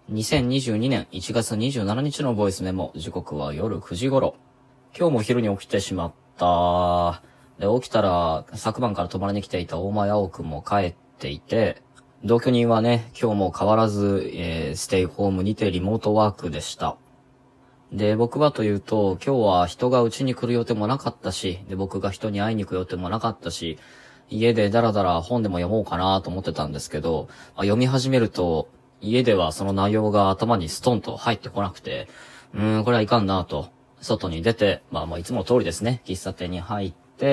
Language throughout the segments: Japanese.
2022年1月27日のボイスメモ、時刻は夜9時頃。今日も昼に起きてしまった。で、起きたら昨晩から泊まりに来ていた大前青くんも帰っていて、同居人はね、今日も変わらず、ステイホームにてリモートワークでした。で、僕はというと、今日は人が家に来る予定もなかったし、で、僕が人に会いに行く予定もなかったし、家でだらだら本でも読もうかなと思ってたんですけど、読み始めると、家ではその内容が頭にストンと入ってこなくて、これはいかんなと、外に出て、いつも通りですね、喫茶店に入って、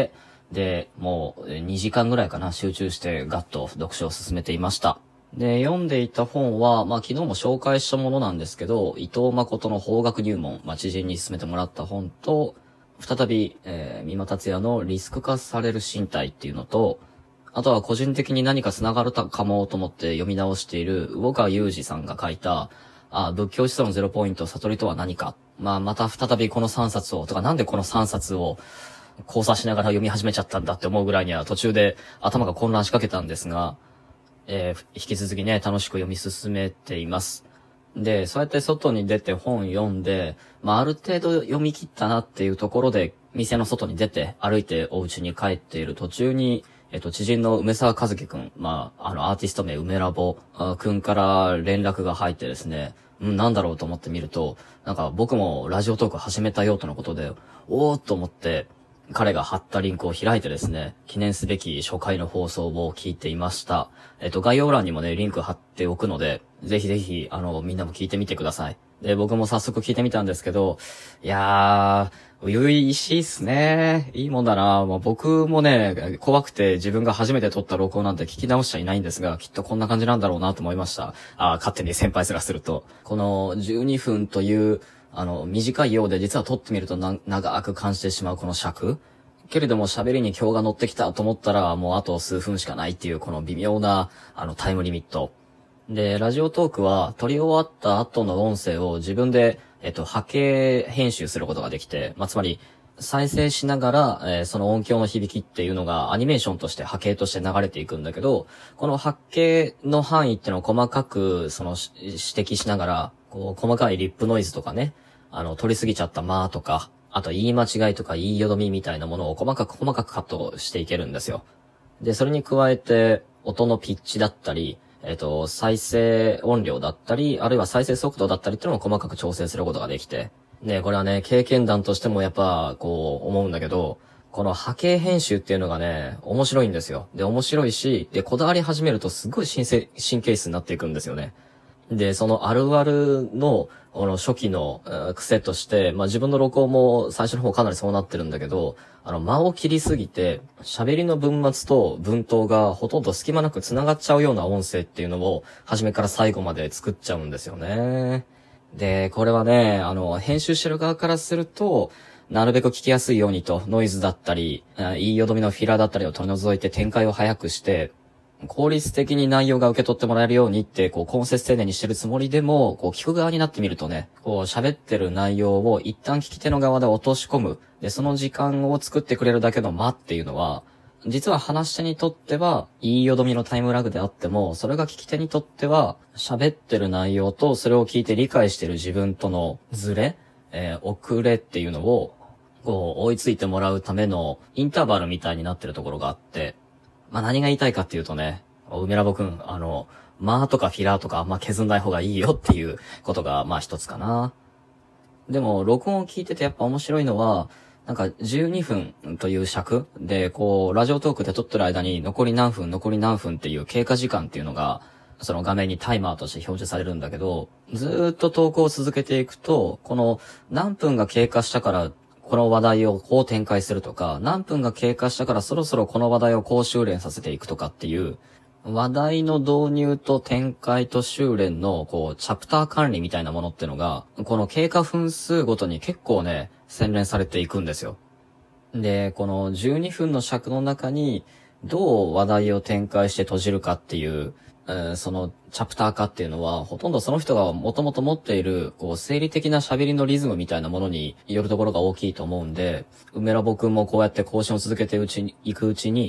で、もう2時間ぐらいかな、集中してガッと読書を進めていました。で、読んでいた本は、昨日も紹介したものなんですけど、伊藤誠の法学入門、知人に勧めてもらった本と、再び、三馬達也のリスク化される身体っていうのと、あとは個人的に何か繋がるかもと思って読み直している魚川雄二さんが書いた、仏教思想のゼロポイント、悟りとは何か。また再びこの3冊を、なんでこの3冊を交差しながら読み始めちゃったんだって思うぐらいには途中で頭が混乱しかけたんですが、引き続きね、楽しく読み進めています。で、そうやって外に出て本読んで、ある程度読み切ったなっていうところで、店の外に出て歩いてお家に帰っている途中に、知人の梅沢和樹くん、アーティスト名梅ラボくんから連絡が入ってですね、なんだろうと思ってみると、僕もラジオトーク始めたよとのことで、おーっと思って、彼が貼ったリンクを開いてですね、記念すべき初回の放送を聞いていました。概要欄にもね、リンク貼っておくので、ぜひぜひ、みんなも聞いてみてください。で、僕も早速聞いてみたんですけど、いやー、初々しいっすね。いいもんだな。僕もね、怖くて自分が初めて撮った録音なんて聞き直しちゃいないんですが、きっとこんな感じなんだろうなと思いました。勝手に先輩すらすると。この12分という、短いようで実は撮ってみると長く感じてしまうこの尺。けれども喋りに今日が乗ってきたと思ったらもうあと数分しかないっていうこの微妙なタイムリミット。で、ラジオトークは撮り終わった後の音声を自分で波形編集することができて、つまり再生しながら、その音響の響きっていうのがアニメーションとして波形として流れていくんだけど、この波形の範囲っていうのを細かく指摘しながら、細かいリップノイズとかね、取りすぎちゃったとか、あと言い間違いとか言いよどみみたいなものを細かくカットしていけるんですよ。で、それに加えて、音のピッチだったり、再生音量だったり、あるいは再生速度だったりっていうのを細かく調整することができて。で、これはね、経験談としてもやっぱ、思うんだけど、この波形編集っていうのがね、面白いんですよ。で、面白いし、で、こだわり始めるとすっごい神経質になっていくんですよね。で、そのあるあるの、初期の癖として、自分の録音も最初の方かなりそうなってるんだけど、間を切りすぎて、喋りの文末と文頭がほとんど隙間なく繋がっちゃうような音声っていうのを、初めから最後まで作っちゃうんですよね。で、これはね、編集してる側からすると、なるべく聞きやすいようにと、ノイズだったり、言いよどみのフィラーだったりを取り除いて展開を早くして、効率的に内容が受け取ってもらえるようにって、根節丁寧にしてるつもりでも、聞く側になってみるとね、喋ってる内容を一旦聞き手の側で落とし込む。で、その時間を作ってくれるだけの間っていうのは、実は話し手にとっては、言いよどみのタイムラグであっても、それが聞き手にとっては、喋ってる内容と、それを聞いて理解してる自分とのズレ、遅れっていうのを、追いついてもらうためのインターバルみたいになってるところがあって、何が言いたいかっていうとね、梅ラボくん、とかフィラーとかあんま削んない方がいいよっていうことが、一つかな。でも、録音を聞いててやっぱ面白いのは、12分という尺で、ラジオトークで撮ってる間に残り何分っていう経過時間っていうのが、その画面にタイマーとして表示されるんだけど、ずーっと投稿を続けていくと、この何分が経過したから、この話題をこう展開するとか、何分が経過したからそろそろこの話題をこう修練させていくとかっていう、話題の導入と展開と修練の、チャプター管理みたいなものってのが、この経過分数ごとに結構ね、洗練されていくんですよ。で、この12分の尺の中に、どう話題を展開して閉じるかっていう、そのチャプター化っていうのは、ほとんどその人がもともと持っている、生理的な喋りのリズムみたいなものによるところが大きいと思うんで、梅ラボくんもこうやって更新を続けていくうちに、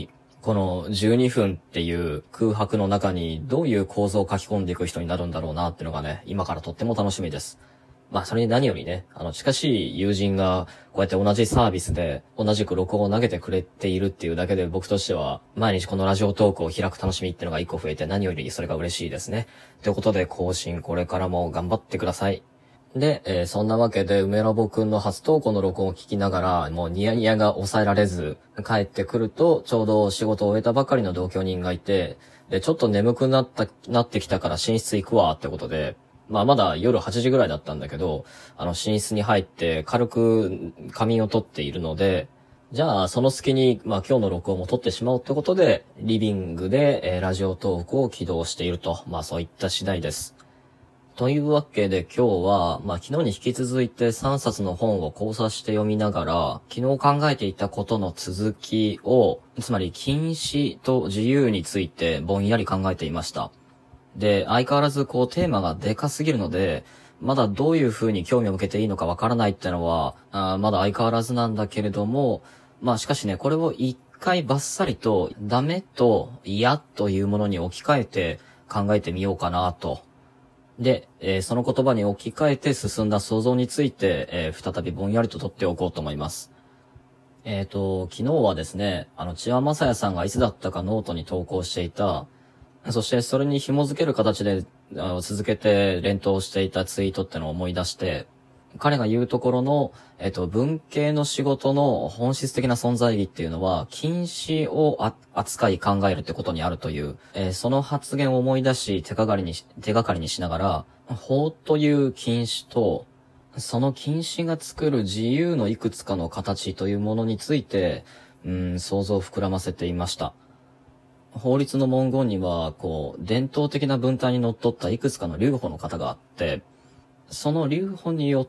この12分っていう空白の中にどういう構造を書き込んでいく人になるんだろうなっていうのがね、今からとっても楽しみです。まあそれに何よりね、近しい友人がこうやって同じサービスで同じく録音を投げてくれているっていうだけで僕としては毎日このラジオトークを開く楽しみっていうのが一個増えて何よりそれが嬉しいですね。ということで更新これからも頑張ってください。で、そんなわけで梅ラボくんの初投稿の録音を聞きながらもうニヤニヤが抑えられず帰ってくるとちょうど仕事を終えたばかりの同居人がいて、で、ちょっと眠くなってきたから寝室行くわってことで、まあまだ夜8時ぐらいだったんだけど、寝室に入って軽く仮眠を取っているので、じゃあその隙に、まあ今日の録音も撮ってしまおうってことで、リビングで、ラジオトークを起動していると、まあそういった次第です。というわけで今日は、まあ昨日に引き続いて3冊の本を考察して読みながら、昨日考えていたことの続きを、つまり禁止と自由についてぼんやり考えていました。で、相変わらずこうテーマがでかすぎるので、まだどういう風に興味を向けていいのかわからないってのは、まだ相変わらずなんだけれども、まあしかしね、これを一回バッサリとダメと嫌というものに置き換えて考えてみようかなと。で、その言葉に置き換えて進んだ想像について、再びぼんやりと取っておこうと思います。昨日はですね、千葉雅也さんがいつだったかノートに投稿していた、そしてそれに紐づける形で続けて連投していたツイートってのを思い出して、彼が言うところの、文系の仕事の本質的な存在意義っていうのは、禁止を扱い考えるってことにあるという、その発言を思い出し手がかりにしながら、法という禁止と、その禁止が作る自由のいくつかの形というものについて、想像を膨らませていました。法律の文言には、伝統的な文体にのっとったいくつかの留保の型があって、その留保によって、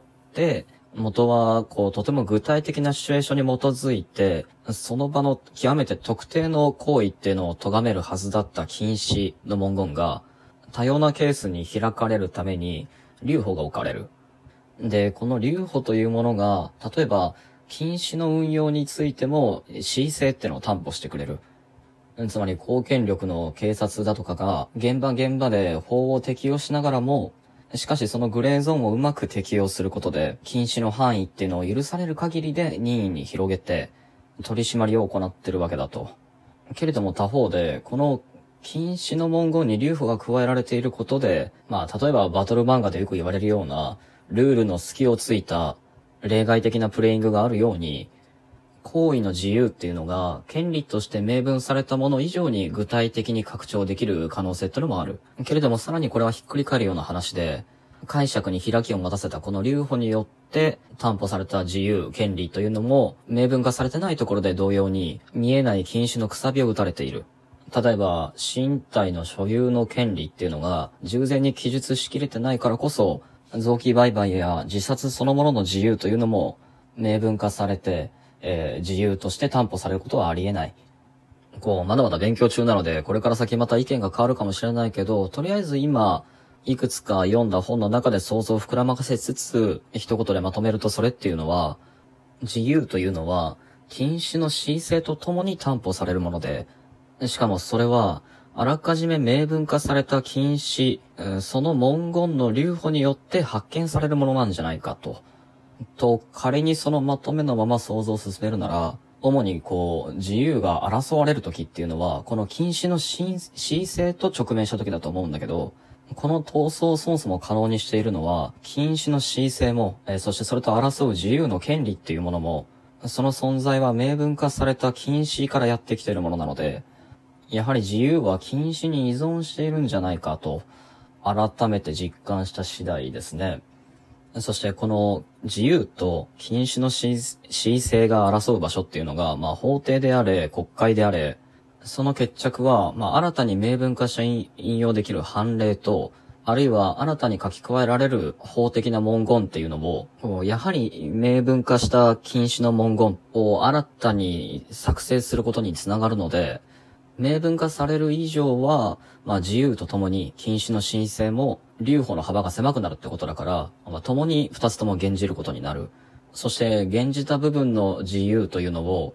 元は、とても具体的なシチュエーションに基づいて、その場の極めて特定の行為っていうのを咎めるはずだった禁止の文言が、多様なケースに開かれるために、留保が置かれる。で、この留保というものが、例えば、禁止の運用についても、恣意性っていうのを担保してくれる。つまり、公権力の警察だとかが、現場で法を適用しながらも、しかしそのグレーゾーンをうまく適用することで、禁止の範囲っていうのを許される限りで任意に広げて、取り締まりを行ってるわけだと。けれども他方で、この禁止の文言に留保が加えられていることで、まあ例えばバトル漫画でよく言われるような、ルールの隙をついた例外的なプレイングがあるように、行為の自由っていうのが権利として明文されたもの以上に具体的に拡張できる可能性っていうのもある。けれどもさらにこれはひっくり返るような話で、解釈に開きを持たせたこの留保によって担保された自由、権利というのも明文化されてないところで同様に見えない禁止のくさびを打たれている。例えば身体の所有の権利っていうのが従前に記述しきれてないからこそ、臓器売買や自殺そのものの自由というのも明文化されて、自由として担保されることはありえない。まだまだ勉強中なので、これから先また意見が変わるかもしれないけど、とりあえず今、いくつか読んだ本の中で想像を膨らませつつ、一言でまとめるとそれっていうのは、自由というのは、禁止の恣意性とともに担保されるもので、しかもそれは、あらかじめ明文化された禁止、その文言の留保によって発見されるものなんじゃないかと。仮にそのまとめのまま想像を進めるなら、主に自由が争われる時っていうのは、この禁止の恣意性と直面した時だと思うんだけど、この闘争をそもそも可能にしているのは、禁止の恣意性も、そしてそれと争う自由の権利っていうものも、その存在は明文化された禁止からやってきているものなので、やはり自由は禁止に依存しているんじゃないかと、改めて実感した次第ですね。そしてこの自由と禁止の恣意性が争う場所っていうのが、法廷であれ、国会であれ、その決着は、新たに明文化した引用できる判例と、あるいは新たに書き加えられる法的な文言っていうのも、やはり明文化した禁止の文言を新たに作成することにつながるので、明文化される以上は、自由とともに禁止の申請も留保の幅が狭くなるってことだから、共に二つとも減じることになる。そして、減じた部分の自由というのを、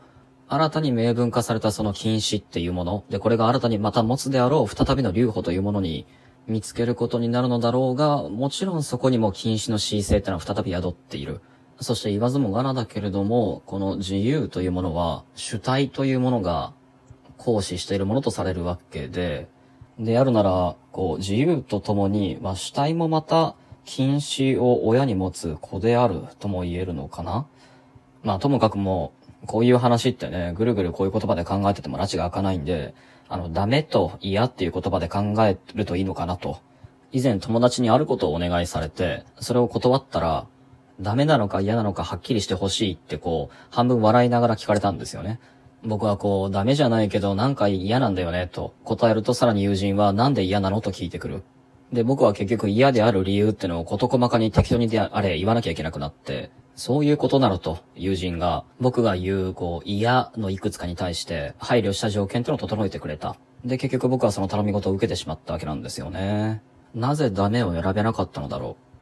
新たに明文化されたその禁止っていうもの、で、これが新たにまた持つであろう再びの留保というものに見つけることになるのだろうが、もちろんそこにも禁止の恣意性ってのは再び宿っている。そして言わずもがなだけれども、この自由というものは、主体というものが行使しているものとされるわけで、であるなら、自由とともに、主体もまた禁止を親に持つ子であるとも言えるのかな。ともかくもう、こういう話ってね、ぐるぐるこういう言葉で考えてても埒が明かないんで、ダメと嫌っていう言葉で考えるといいのかなと。以前友達にあることをお願いされて、それを断ったら、ダメなのか嫌なのかはっきりしてほしいって半分笑いながら聞かれたんですよね。僕はダメじゃないけどなんか嫌なんだよねと答えると、さらに友人はなんで嫌なのと聞いてくる。で、僕は結局嫌である理由ってのを事細かに適当にであれ言わなきゃいけなくなって、そういうことなのと友人が僕が言う嫌のいくつかに対して配慮した条件ってのを整えてくれた。で、結局僕はその頼み事を受けてしまったわけなんですよね。なぜダメを選べなかったのだろう。